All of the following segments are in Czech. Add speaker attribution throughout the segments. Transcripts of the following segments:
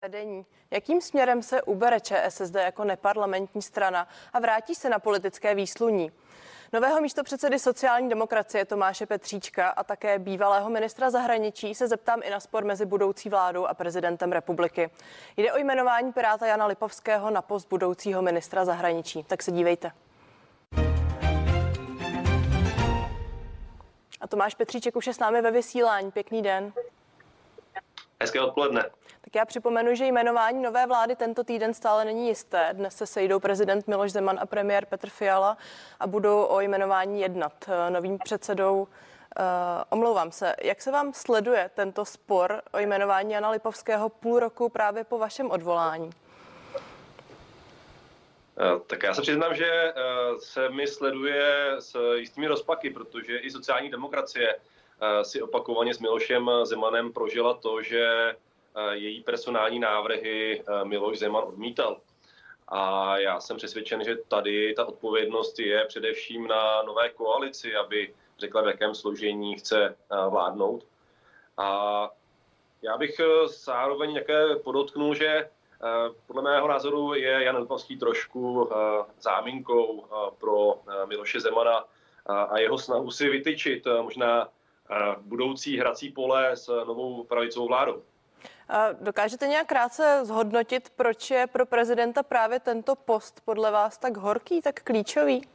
Speaker 1: Vedení. Jakým směrem se ubere ČSSD jako neparlamentní strana a vrátí se na politické výsluní? Nového místopředsedy sociální demokracie Tomáše Petříčka a také bývalého ministra zahraničí se zeptám i na spor mezi budoucí vládou a prezidentem republiky. Jde o jmenování Piráta Jana Lipovského na post budoucího ministra zahraničí. Tak se dívejte. A Tomáš Petříček už je s námi ve vysílání. Pěkný den.
Speaker 2: Hezké odpoledne.
Speaker 1: Tak já připomenu, že jmenování nové vlády tento týden stále není jisté. Dnes se sejdou prezident Miloš Zeman a premiér Petr Fiala a budou o jmenování jednat. Novým předsedou, omlouvám se, jak se vám sleduje tento spor o jmenování Jana Lipovského půl roku právě po vašem odvolání?
Speaker 2: Tak já se přiznám, že se mi sleduje s jistými rozpaky, protože i sociální demokracie si opakovaně s Milošem Zemanem prožila to, že její personální návrhy Miloš Zeman odmítal. A já jsem přesvědčen, že tady ta odpovědnost je především na nové koalici, aby řekla, v jakém složení chce vládnout. A já bych zároveň také podotknul, že podle mého názoru je Jan Lipovský trošku záminkou pro Miloše Zemana a jeho snahu si vytyčit možná budoucí hrací pole s novou pravicovou vládou.
Speaker 1: Dokážete nějak krátce zhodnotit, proč je pro prezidenta právě tento post podle vás tak horký, tak klíčový?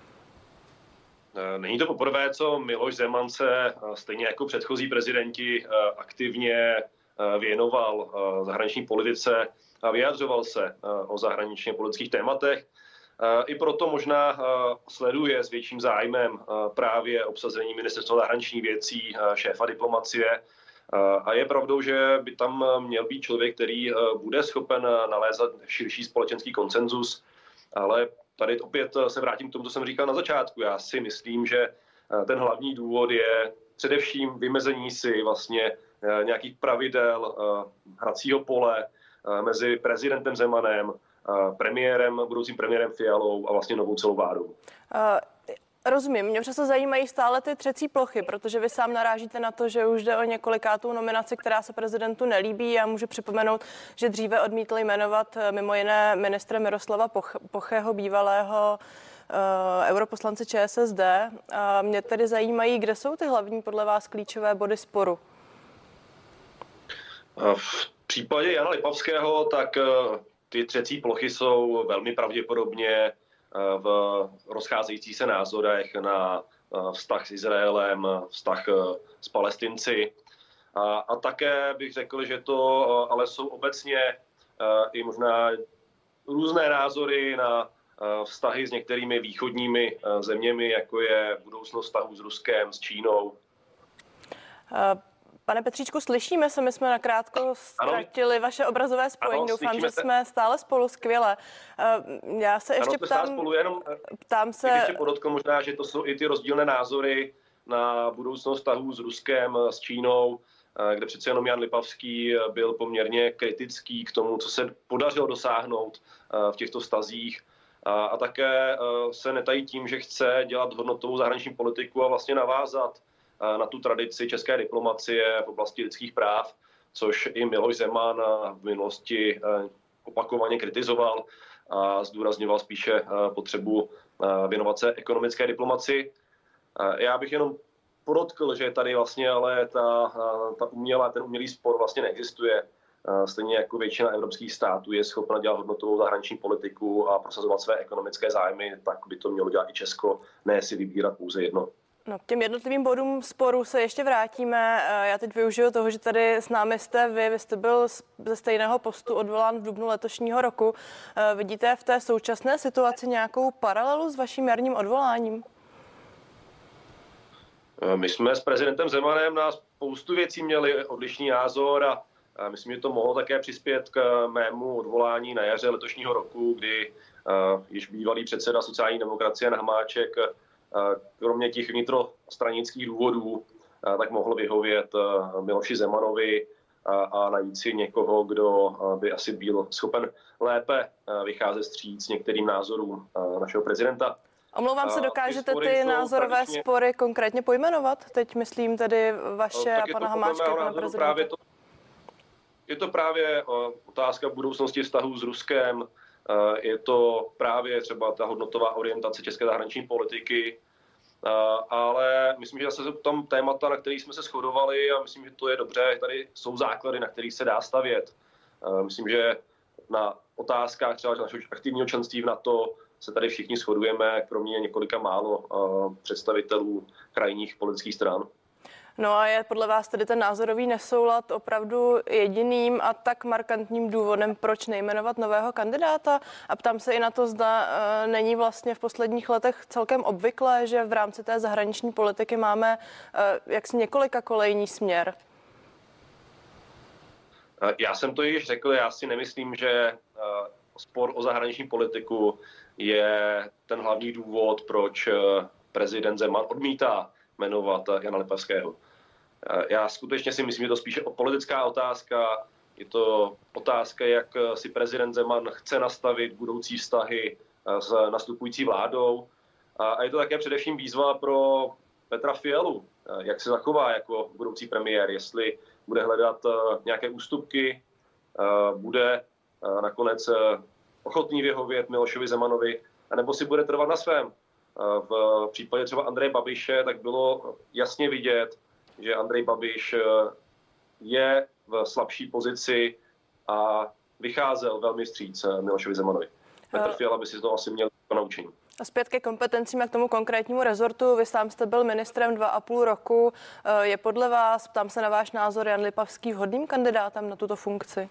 Speaker 2: Není to poprvé, co Miloš Zeman se stejně jako předchozí prezidenti aktivně věnoval zahraniční politice a vyjadřoval se o zahraničně politických tématech. I proto možná sleduje s větším zájmem právě obsazení ministerstva zahraničních věcí, šéfa diplomacie. A je pravdou, že by tam měl být člověk, který bude schopen nalézat širší společenský konsenzus, ale tady opět se vrátím k tomu, co jsem říkal na začátku. Já si myslím, že ten hlavní důvod je především vymezení si vlastně nějakých pravidel hracího pole mezi prezidentem Zemanem, budoucím premiérem Fialou a vlastně novou celou vládou.
Speaker 1: Rozumím, mě přesto zajímají stále ty třecí plochy, protože vy sám narážíte na to, že už jde o několikátou nominaci, která se prezidentu nelíbí. Já můžu připomenout, že dříve odmítl jmenovat mimo jiné ministra Miroslava Pocheho, bývalého europoslance ČSSD. Mě tedy zajímají, kde jsou ty hlavní podle vás klíčové body sporu.
Speaker 2: V případě Jana Lipovského tak ty třecí plochy jsou velmi pravděpodobně v rozcházejících se názorech na vztah s Izraelem, vztah s Palestinci. A také bych řekl, že to ale jsou obecně i možná různé názory na vztahy s některými východními zeměmi, jako je budoucnost vztahu s Ruskem, s Čínou.
Speaker 1: Pane Petříčku, slyšíme se, my jsme nakrátko ztratili vaše obrazové spojení. Doufám, že jsme stále spolu, skvěle. Já se ještě ptám se...
Speaker 2: Ještě podotkl možná, že to jsou i ty rozdílné názory na budoucnost vztahů s Ruskem, s Čínou, kde přece jenom Jan Lipovský byl poměrně kritický k tomu, co se podařilo dosáhnout v těchto vztazích. A také se netají tím, že chce dělat hodnotovou zahraniční politiku a vlastně navázat na tu tradici české diplomacie v oblasti lidských práv, což i Miloš Zeman v minulosti opakovaně kritizoval a zdůrazňoval spíše potřebu věnovat se ekonomické diplomacii. Já bych jenom podotkl, že tady vlastně ale ten umělý spor vlastně neexistuje. Stejně jako většina evropských států je schopna dělat hodnotovou zahraniční politiku a prosazovat své ekonomické zájmy, tak by to mělo dělat i Česko, ne si vybírat pouze jedno.
Speaker 1: No, k těm jednotlivým bodům sporu se ještě vrátíme. Já teď využiju toho, že tady s námi jste vy jste byl ze stejného postu odvolán v dubnu letošního roku. Vidíte v té současné situaci nějakou paralelu s vaším jarním odvoláním?
Speaker 2: My jsme s prezidentem Zemanem na spoustu věcí měli odlišný názor a myslím, že to mohlo také přispět k mému odvolání na jaře letošního roku, kdy již bývalý předseda sociální demokracie Jan Hamáček kromě těch vnitrostranických důvodů tak mohl vyhovět Miloši Zemanovi a najít si někoho, kdo by asi byl schopen lépe vycházet vstříc některým názorům našeho prezidenta.
Speaker 1: Omlouvám se, dokážete ty názorové spory konkrétně pojmenovat? Teď myslím tedy vaše a pana Hamáčka, pana prezidenta.
Speaker 2: Je to právě otázka budoucnosti vztahů s Ruskem, je to právě třeba ta hodnotová orientace české zahraniční politiky, ale myslím, že zase jsou tam témata, na kterých jsme se shodovali a myslím, že to je dobře. Tady jsou základy, na kterých se dá stavět. Myslím, že na otázkách třeba našeho aktivního členství v NATO se tady všichni shodujeme, kromě několika málo představitelů krajních politických stran.
Speaker 1: No a je podle vás tedy ten názorový nesoulad opravdu jediným a tak markantním důvodem, proč nejmenovat nového kandidáta? A ptám se i na to, zda není vlastně v posledních letech celkem obvyklé, že v rámci té zahraniční politiky máme jaksi několika kolejní směr.
Speaker 2: Já jsem to již řekl, já si nemyslím, že spor o zahraniční politiku je ten hlavní důvod, proč prezident Zeman odmítá jmenovat Jana Lipavského. Já skutečně si myslím, že to spíše politická otázka. Je to otázka, jak si prezident Zeman chce nastavit budoucí vztahy s nastupující vládou. A je to také především výzva pro Petra Fialu, jak se zachová jako budoucí premiér, jestli bude hledat nějaké ústupky, bude nakonec ochotný vyhovět Milošovi Zemanovi, anebo si bude trvat na svém. V případě třeba Andreje Babiše tak bylo jasně vidět, že Andrej Babiš je v slabší pozici a vycházel velmi vstříc Milošovi Zemanovi. Petr Fiala by si to asi měl naučení.
Speaker 1: A zpět ke kompetencím a k tomu konkrétnímu rezortu. Vy sám jste byl ministrem 2,5 roku. Je podle vás, ptám se na váš názor, Jan Lipavský vhodným kandidátem na tuto funkci?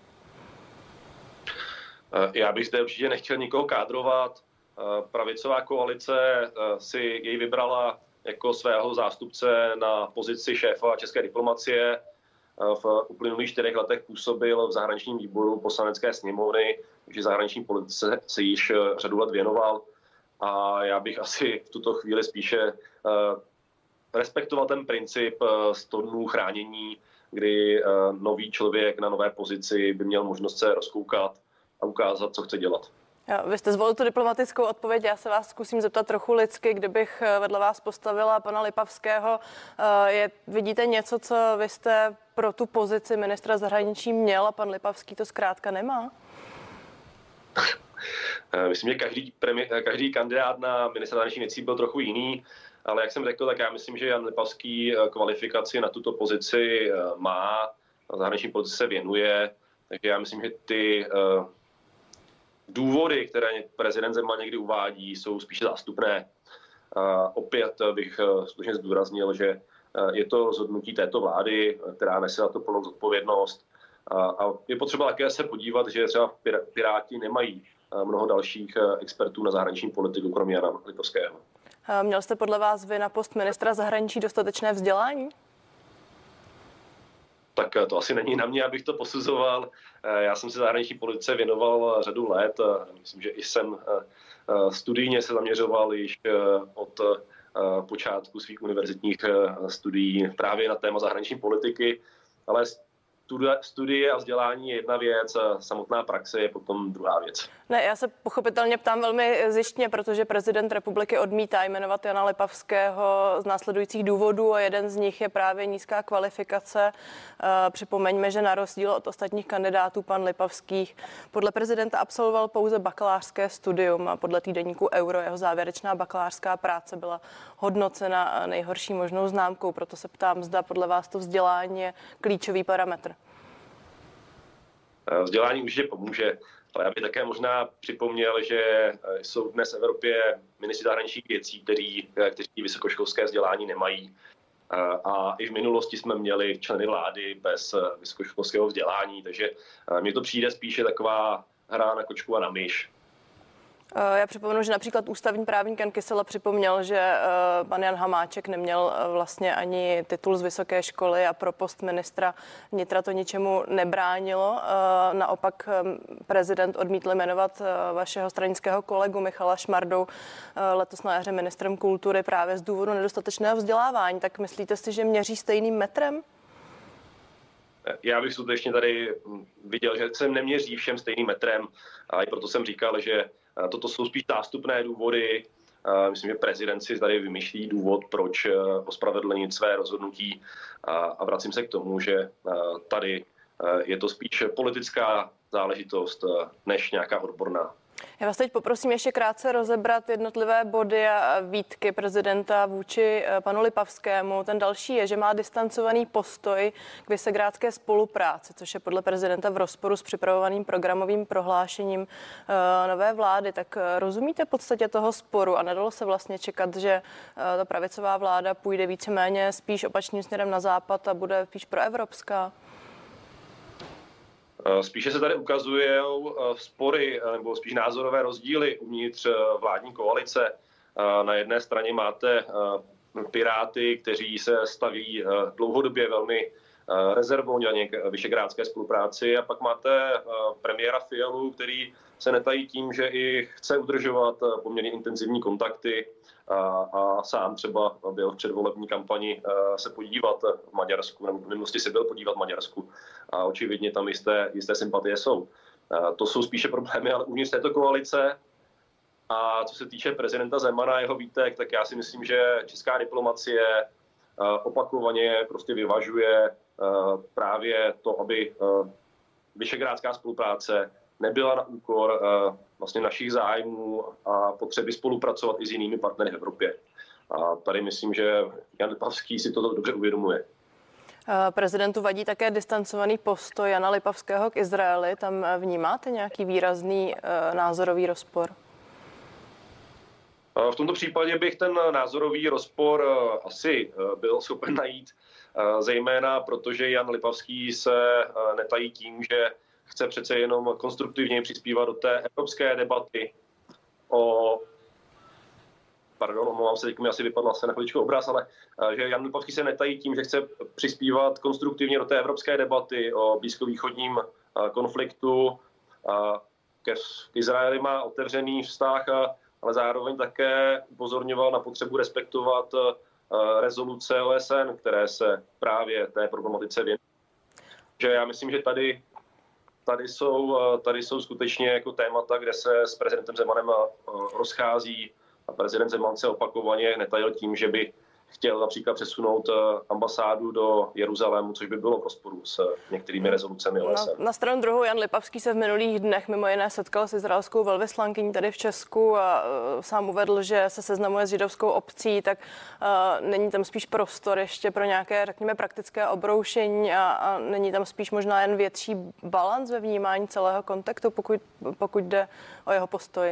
Speaker 2: Já bych zde určitě nechtěl nikoho kádrovat. Pravicová koalice si jej vybrala jako svého zástupce na pozici šéfa české diplomacie. V uplynulých 4 letech působil v zahraničním výboru Poslanecké sněmovny, takže zahraniční politice se již řadu let věnoval. A já bych asi v tuto chvíli spíše respektoval ten princip 100 dnů chránění, kdy nový člověk na nové pozici by měl možnost se rozkoukat a ukázat, co chce dělat.
Speaker 1: Vy jste zvolil tu diplomatickou odpověď, já se vás zkusím zeptat trochu lidsky, kdybych vedle vás postavila pana Lipavského. Vidíte něco, co vy jste pro tu pozici ministra zahraničí měl a pan Lipavský to zkrátka nemá?
Speaker 2: Myslím, že každý kandidát na ministra zahraničních věcí byl trochu jiný, ale jak jsem řekl, tak já myslím, že Jan Lipavský kvalifikaci na tuto pozici má, na zahraniční politice se věnuje, takže já myslím, že ty důvody, které prezident Zeman někdy uvádí, jsou spíše zástupné. Opět bych skutečně zdůraznil, že je to rozhodnutí této vlády, která nese na to plnou zodpovědnost. A je potřeba také se podívat, že třeba Piráti nemají mnoho dalších expertů na zahraniční politiku, kromě Jana Lipavského.
Speaker 1: Měl jste podle vás vy na post ministra zahraničí dostatečné vzdělání?
Speaker 2: Tak to asi není na mě, abych to posuzoval. Já jsem se zahraniční politice věnoval řadu let. Myslím, že i jsem studijně se zaměřoval již od počátku svých univerzitních studií právě na téma zahraniční politiky, ale studie a vzdělání je jedna věc, samotná praxe je potom druhá věc.
Speaker 1: Ne, já se pochopitelně ptám velmi zjištně, protože prezident republiky odmítá jmenovat Jana Lipavského z následujících důvodů a jeden z nich je právě nízká kvalifikace. Připomeňme, že na rozdíl od ostatních kandidátů pan Lipavský podle prezidenta absolvoval pouze bakalářské studium a podle týdeníku Euro jeho závěrečná bakalářská práce byla hodnocena nejhorší možnou známkou. Proto se ptám, zda podle vás to vzdělání je klíčový parametr.
Speaker 2: Vzdělání určitě pomůže, ale já bych také možná připomněl, že jsou dnes v Evropě ministři zahraničních věcí, kteří vysokoškolské vzdělání nemají. A i v minulosti jsme měli členy vlády bez vysokoškolského vzdělání, takže mně to přijde spíše taková hra na kočku a na myš.
Speaker 1: Já připomenu, že například ústavní právník Jan Kysela připomněl, že pan Jan Hamáček neměl vlastně ani titul z vysoké školy a pro post ministra vnitra to ničemu nebránilo. Naopak prezident odmítl jmenovat vašeho stranického kolegu Michala Šmardu letos na jaře ministrem kultury právě z důvodu nedostatečného vzdělávání. Tak myslíte si, že měří stejným metrem?
Speaker 2: Já bych skutečně tady viděl, že se neměří všem stejným metrem a i proto jsem říkal, že toto jsou spíš zástupné důvody. Myslím, že prezident si tady vymýšlí důvod, proč ospravedlnit své rozhodnutí a vracím se k tomu, že tady je to spíše politická záležitost než nějaká odborná.
Speaker 1: Já vás teď poprosím ještě krátce rozebrat jednotlivé body a výtky prezidenta vůči panu Lipavskému. Ten další je, že má distancovaný postoj k visegrádské spolupráci, což je podle prezidenta v rozporu s připravovaným programovým prohlášením nové vlády. Tak rozumíte podstatě toho sporu a nedalo se vlastně čekat, že ta pravicová vláda půjde víceméně spíš opačným směrem na západ a bude spíš proevropská?
Speaker 2: Spíše se tady ukazují spory nebo spíš názorové rozdíly uvnitř vládní koalice. Na jedné straně máte Piráty, kteří se staví dlouhodobě velmi rezervovaně k visegrádské spolupráci, a pak máte premiéra Fialu, který se netají tím, že i chce udržovat poměrně intenzivní kontakty a sám třeba byl v předvolební kampani se podívat v Maďarsku, nebo v minulosti se byl podívat v Maďarsku a očividně tam jisté sympatie jsou. To jsou spíše problémy, ale uvnitř této koalice. A co se týče prezidenta Zemana a jeho výtek, tak já si myslím, že česká diplomacie opakovaně prostě vyvažuje právě to, aby visegrádská spolupráce nebyla na úkor vlastně našich zájmů a potřeby spolupracovat i s jinými partnery v Evropě. A tady myslím, že Jan Lipavský si to dobře uvědomuje.
Speaker 1: Prezidentu vadí také distancovaný postoj Jana Lipavského k Izraeli. Tam vnímáte nějaký výrazný názorový rozpor?
Speaker 2: V tomto případě bych ten názorový rozpor asi byl schopen najít, zejména protože Jan Lipavský se netají tím, že chce přece jenom konstruktivně přispívat do té evropské debaty omlouvám se, teď mi asi vypadla se na chviličku obraz, ale že Jan Lipavský se netají tím, že chce přispívat konstruktivně do té evropské debaty o blízkovýchodním konfliktu. K Izraeli má otevřený vztah, ale zároveň také upozorňoval na potřebu respektovat rezoluce OSN, které se právě té problematice věnují. Že já myslím, že tady jsou skutečně jako témata, kde se s prezidentem Zemanem rozchází, a prezident Zeman se opakovaně netajil tím, že by chtěl například přesunout ambasádu do Jeruzalému, což by bylo v rozporu s některými rezolucemi OSN.
Speaker 1: Na stranu druhou Jan Lipavský se v minulých dnech mimo jiné setkal s izraelskou velvyslankyní tady v Česku a sám uvedl, že se seznamuje s židovskou obcí, tak není tam spíš prostor ještě pro nějaké, řekněme, praktické obroušení a není tam spíš možná jen větší balans ve vnímání celého kontextu, pokud jde o jeho postoj?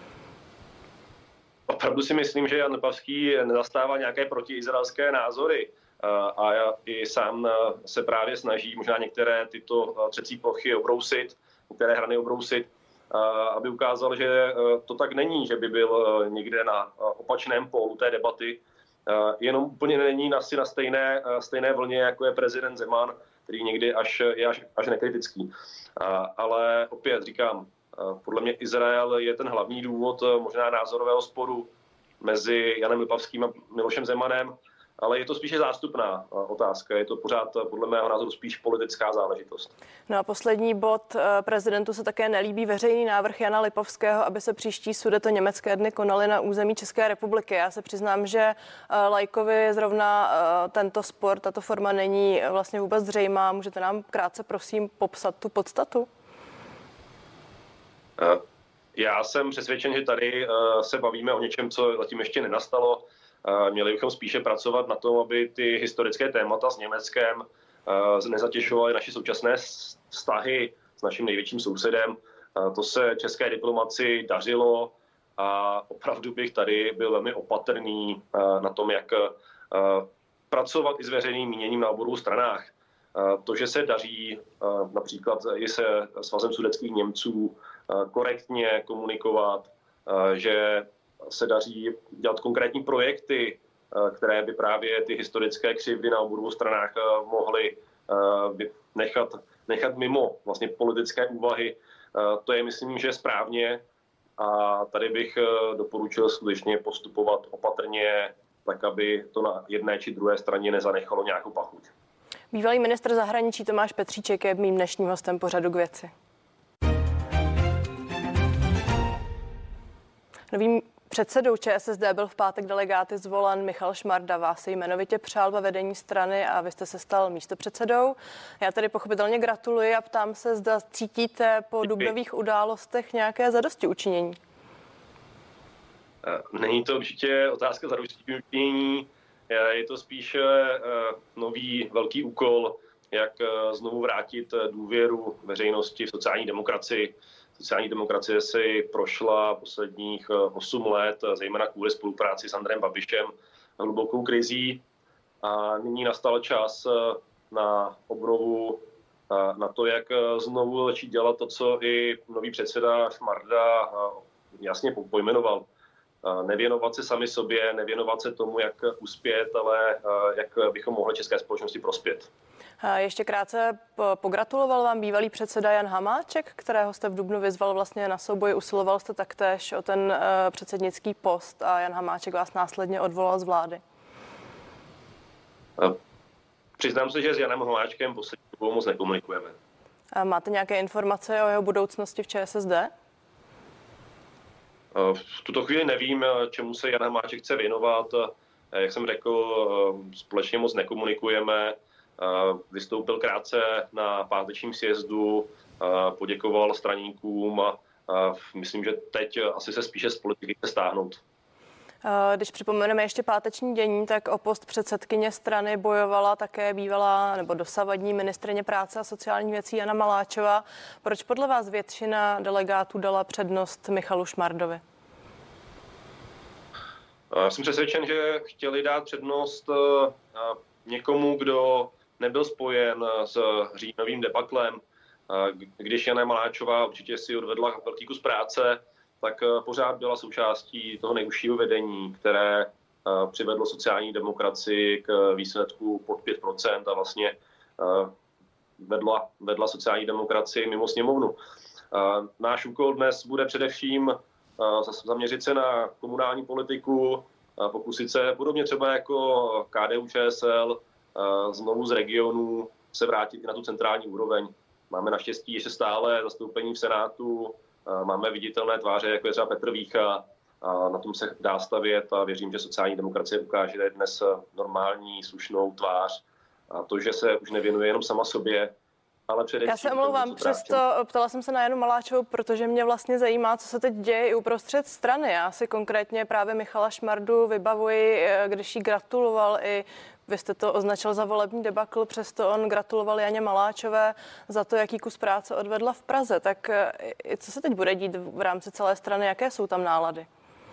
Speaker 2: Opravdu si myslím, že Jan Lipavský nezastává nějaké protiizraelské názory a i sám se právě snaží možná některé tyto třecí plochy obrousit, některé hrany obrousit, aby ukázal, že to tak není, že by byl někde na opačném pólu té debaty, jenom úplně není asi na stejné vlně, jako je prezident Zeman, který někdy je až nekritický. Ale opět říkám, podle mě Izrael je ten hlavní důvod možná názorového sporu mezi Janem Lipavským a Milošem Zemanem, ale je to spíše zástupná otázka. Je to pořád podle mého názoru spíš politická záležitost.
Speaker 1: No a poslední bod. Prezidentu se také nelíbí veřejný návrh Jana Lipavského, aby se příští Sudetoněmecké dny konaly na území České republiky. Já se přiznám, že laikovi zrovna tento spor, tato forma není vlastně vůbec zřejmá. Můžete nám krátce prosím popsat tu podstatu?
Speaker 2: Já jsem přesvědčen, že tady se bavíme o něčem, co zatím ještě nenastalo. Měli bychom spíše pracovat na tom, aby ty historické témata s Německem nezatěžovaly naše současné vztahy s naším největším sousedem. To se české diplomaci dařilo a opravdu bych tady byl velmi opatrný na tom, jak pracovat i s veřejným míněním na obou stranách. To, že se daří například i se Svazem sudetských Němců korektně komunikovat, že se daří dělat konkrétní projekty, které by právě ty historické křivdy na obou stranách mohly nechat mimo vlastně politické úvahy. To je, myslím, že správně a tady bych doporučil skutečně postupovat opatrně, tak aby to na jedné či druhé straně nezanechalo nějakou pachuť.
Speaker 1: Bývalý ministr zahraničí Tomáš Petříček je mým dnešním hostem pořadu K věci. Novým Předsedou ČSSD byl v pátek delegáty zvolen Michal Šmarda. Vás se jmenovitě přál ve vedení strany a vy jste se stal místopředsedou. Já tedy pochopitelně gratuluji a ptám se, zda cítíte po dubnových událostech nějaké zadostiučinění.
Speaker 2: Není to určitě otázka zadostiučinění, je to spíš nový velký úkol, jak znovu vrátit důvěru veřejnosti v sociální demokracii. Sociální demokracie si prošla posledních 8 let, zejména kvůli spolupráci s Andrejem Babišem, hlubokou krizí. A nyní nastal čas na obnovu, na to, jak znovu začít dělat to, co i nový předseda Šmarda jasně pojmenoval. Nevěnovat se sami sobě, nevěnovat se tomu, jak uspět, ale jak bychom mohli české společnosti prospět.
Speaker 1: Ještě krátce pogratuloval vám bývalý předseda Jan Hamáček, kterého jste v dubnu vyzval vlastně na souboj, usiloval jste taktéž o ten předsednický post a Jan Hamáček vás následně odvolal z vlády.
Speaker 2: Přiznám se, že s Janem Hamáčkem poslední dobou moc nekomunikujeme.
Speaker 1: Máte nějaké informace o jeho budoucnosti v ČSSD?
Speaker 2: V tuto chvíli nevím, čemu se Jan Hamáček chce věnovat. Jak jsem řekl, společně moc nekomunikujeme. Vystoupil krátce na pátečním sjezdu, poděkoval straníkům a myslím, že teď asi se spíše z politiky chce stáhnout.
Speaker 1: Když připomeneme ještě páteční dění, tak o post předsedkyně strany bojovala také bývalá nebo dosavadní ministryně práce a sociálních věcí Jana Maláčová. Proč podle vás většina delegátů dala přednost Michalu Šmardovi?
Speaker 2: Jsem přesvědčen, že chtěli dát přednost někomu, kdo nebyl spojen s říjnovým debaklem. Když Jana Maláčová určitě si odvedla velký kus práce, tak pořád byla součástí toho nejužšího vedení, které přivedlo sociální demokracii k výsledku pod 5% a vlastně vedla sociální demokracii mimo sněmovnu. Náš úkol dnes bude především zaměřit se na komunální politiku, pokusit se podobně třeba jako KDU-ČSL znovu z regionů se vrátit i na tu centrální úroveň. Máme naštěstí ještě stále zastoupení v Senátu, máme viditelné tváře, jako je třeba Petr Vícha, a na tom se dá stavět a věřím, že sociální demokracie ukáže dnes normální, slušnou tvář. A to, že se už nevěnuje jenom sama sobě, ale především...
Speaker 1: Já se omlouvám, přesto ptala jsem se na Janu Maláčovou, protože mě vlastně zajímá, co se teď děje i uprostřed strany. Já si konkrétně právě Michala Šmardu vybavuji, když jí gratuloval i vy jste to označil za volební debakl, přesto on gratuloval Janě Maláčové za to, jaký kus práce odvedla v Praze. Tak co se teď bude dít v rámci celé strany, jaké jsou tam nálady?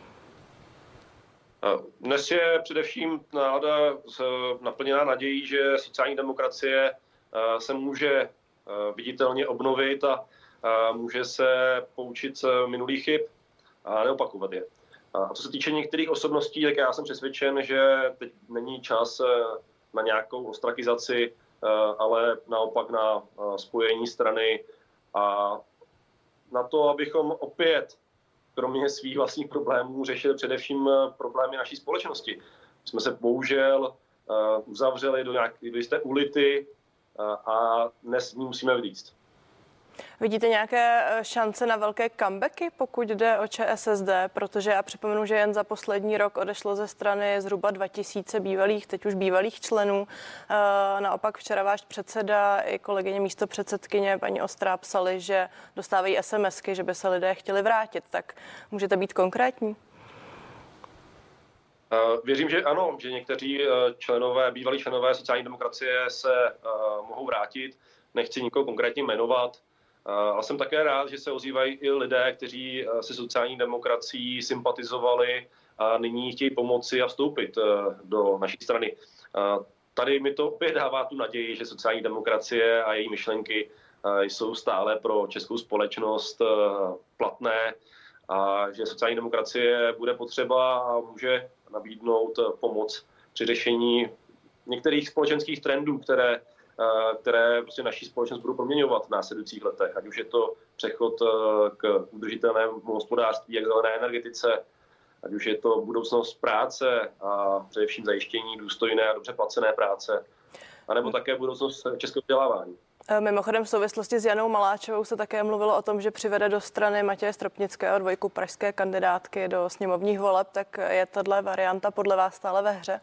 Speaker 2: Dnes je především nálada naplněná nadějí, že sociální demokracie se může viditelně obnovit a může se poučit z minulých chyb a neopakovat je. A co se týče některých osobností, tak já jsem přesvědčen, že teď není čas na nějakou ostrakizaci, ale naopak na spojení strany a na to, abychom opět, kromě svých vlastních problémů, řešili především problémy naší společnosti. Jsme se bohužel uzavřeli do jisté ulity a dnes z ní musíme vylízt.
Speaker 1: Vidíte nějaké šance na velké comebacky, pokud jde o ČSSD? Protože já připomenu, že jen za poslední rok odešlo ze strany zhruba 2000 bývalých, teď už bývalých členů. Naopak včera váš předseda i kolegyně místopředsedkyně paní Ostrá psali, že dostávají SMSky, že by se lidé chtěli vrátit. Tak můžete být konkrétní?
Speaker 2: Věřím, že ano, že někteří bývalí členové sociální demokracie se mohou vrátit. Nechci nikoho konkrétně jmenovat. Ale jsem také rád, že se ozývají i lidé, kteří se sociální demokracií sympatizovali a nyní chtějí pomoci a vstoupit do naší strany. Tady mi to opět dává tu naději, že sociální demokracie a její myšlenky jsou stále pro českou společnost platné a že sociální demokracie bude potřeba a může nabídnout pomoc při řešení některých společenských trendů, které prostě naší společnost budou proměňovat v následujících letech. Ať už je to přechod k udržitelnému hospodářství, jak zelené energetice, ať už je to budoucnost práce a především zajištění důstojné a dobře placené práce, anebo také budoucnost českého vzdělávání.
Speaker 1: Mimochodem v souvislosti s Janou Maláčovou se také mluvilo o tom, že přivede do strany Matěje Stropnického, dvojku pražské kandidátky do sněmovních voleb, tak je tato varianta podle vás stále ve hře?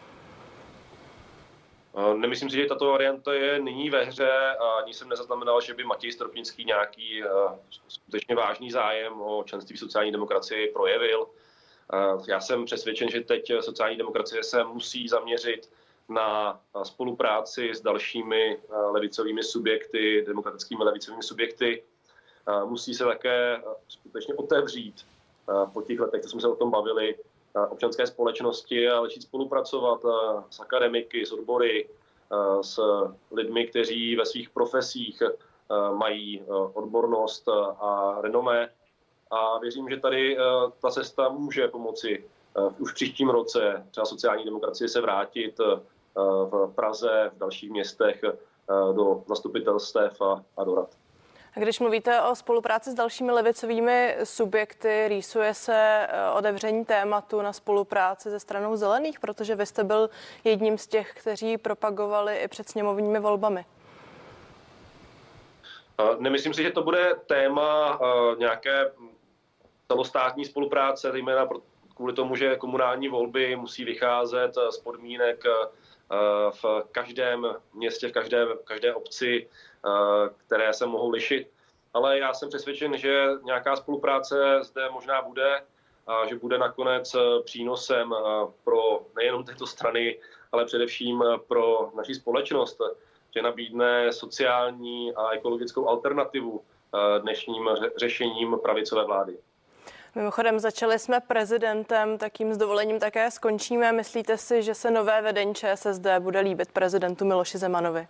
Speaker 2: Nemyslím si, že tato varianta je nyní ve hře a ani jsem nezaznamenal, že by Matěj Stropnický nějaký skutečně vážný zájem o členství v sociální demokracii projevil. Já jsem přesvědčen, že teď sociální demokracie se musí zaměřit na spolupráci s dalšími levicovými subjekty, demokratickými levicovými subjekty. Musí se také skutečně otevřít po těch letech, co jsme se o tom bavili, občanské společnosti a začít spolupracovat s akademiky, s odbory, s lidmi, kteří ve svých profesích mají odbornost a renomé. A věřím, že tady ta cesta může pomoci už v příštím roce třeba sociální demokracie se vrátit v Praze, v dalších městech do zastupitelstev a do rad.
Speaker 1: A když mluvíte o spolupráci s dalšími levicovými subjekty, rýsuje se otevření tématu na spolupráci se stranou Zelených, protože vy jste byl jedním z těch, kteří propagovali i před sněmovními volbami.
Speaker 2: Nemyslím si, že to bude téma nějaké celostátní spolupráce, zejména kvůli tomu, že komunální volby musí vycházet z podmínek v každém městě, v každé obci, které se mohou lišit. Ale já jsem přesvědčen, že nějaká spolupráce zde možná bude a že bude nakonec přínosem pro nejenom této strany, ale především pro naši společnost, že nabídne sociální a ekologickou alternativu dnešním řešením pravicové vlády.
Speaker 1: Mimochodem, začali jsme prezidentem, tak jim s dovolením také skončíme. Myslíte si, že se nové vedení ČSSD bude líbit prezidentu Miloši Zemanovi?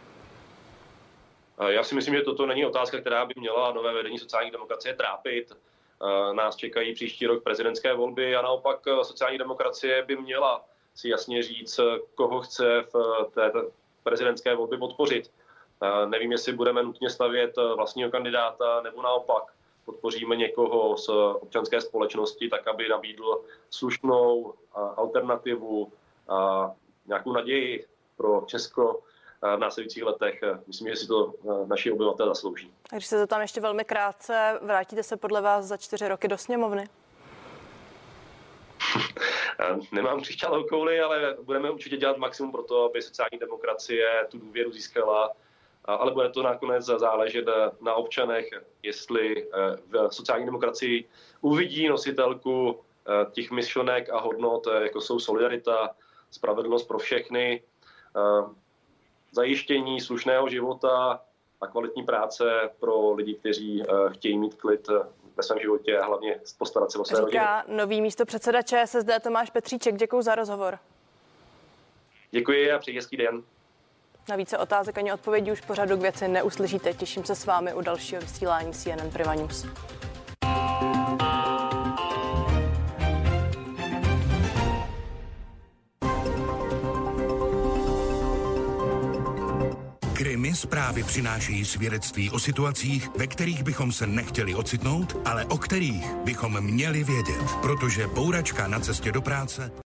Speaker 2: Já si myslím, že toto není otázka, která by měla nové vedení sociální demokracie trápit. Nás čekají příští rok prezidentské volby a naopak sociální demokracie by měla si jasně říct, koho chce v té prezidentské volbě podpořit. Nevím, jestli budeme nutně stavět vlastního kandidáta nebo naopak podpoříme někoho z občanské společnosti, tak aby nabídl slušnou alternativu a nějakou naději pro Česko v následujících letech. Myslím, že si to naši obyvatelé zaslouží.
Speaker 1: A když se zeptám ještě velmi krátce, vrátíte se podle vás za 4 roky do sněmovny?
Speaker 2: Nemám křišťálovou kouli, ale budeme určitě dělat maximum pro to, aby sociální demokracie tu důvěru získala. Ale bude to nakonec záležet na občanech, jestli v sociální demokracii uvidí nositelku těch myšlenek a hodnot, jako jsou solidarita, spravedlnost pro všechny, zajištění slušného života a kvalitní práce pro lidi, kteří chtějí mít klid ve svém životě a hlavně postarat se o své rodiny.
Speaker 1: Říká nový místopředseda ČSSD Tomáš Petříček. Děkuji za rozhovor.
Speaker 2: Děkuji a přeji hezký den.
Speaker 1: Na více otázek ani odpovědí už pořadu k věci neuslyšíte. Těším se s vámi u dalšího vysílání CNN Prima News.
Speaker 3: Krimi zprávy přinášejí svědectví o situacích, ve kterých bychom se nechtěli ocitnout, ale o kterých bychom měli vědět, protože bouračka na cestě do práce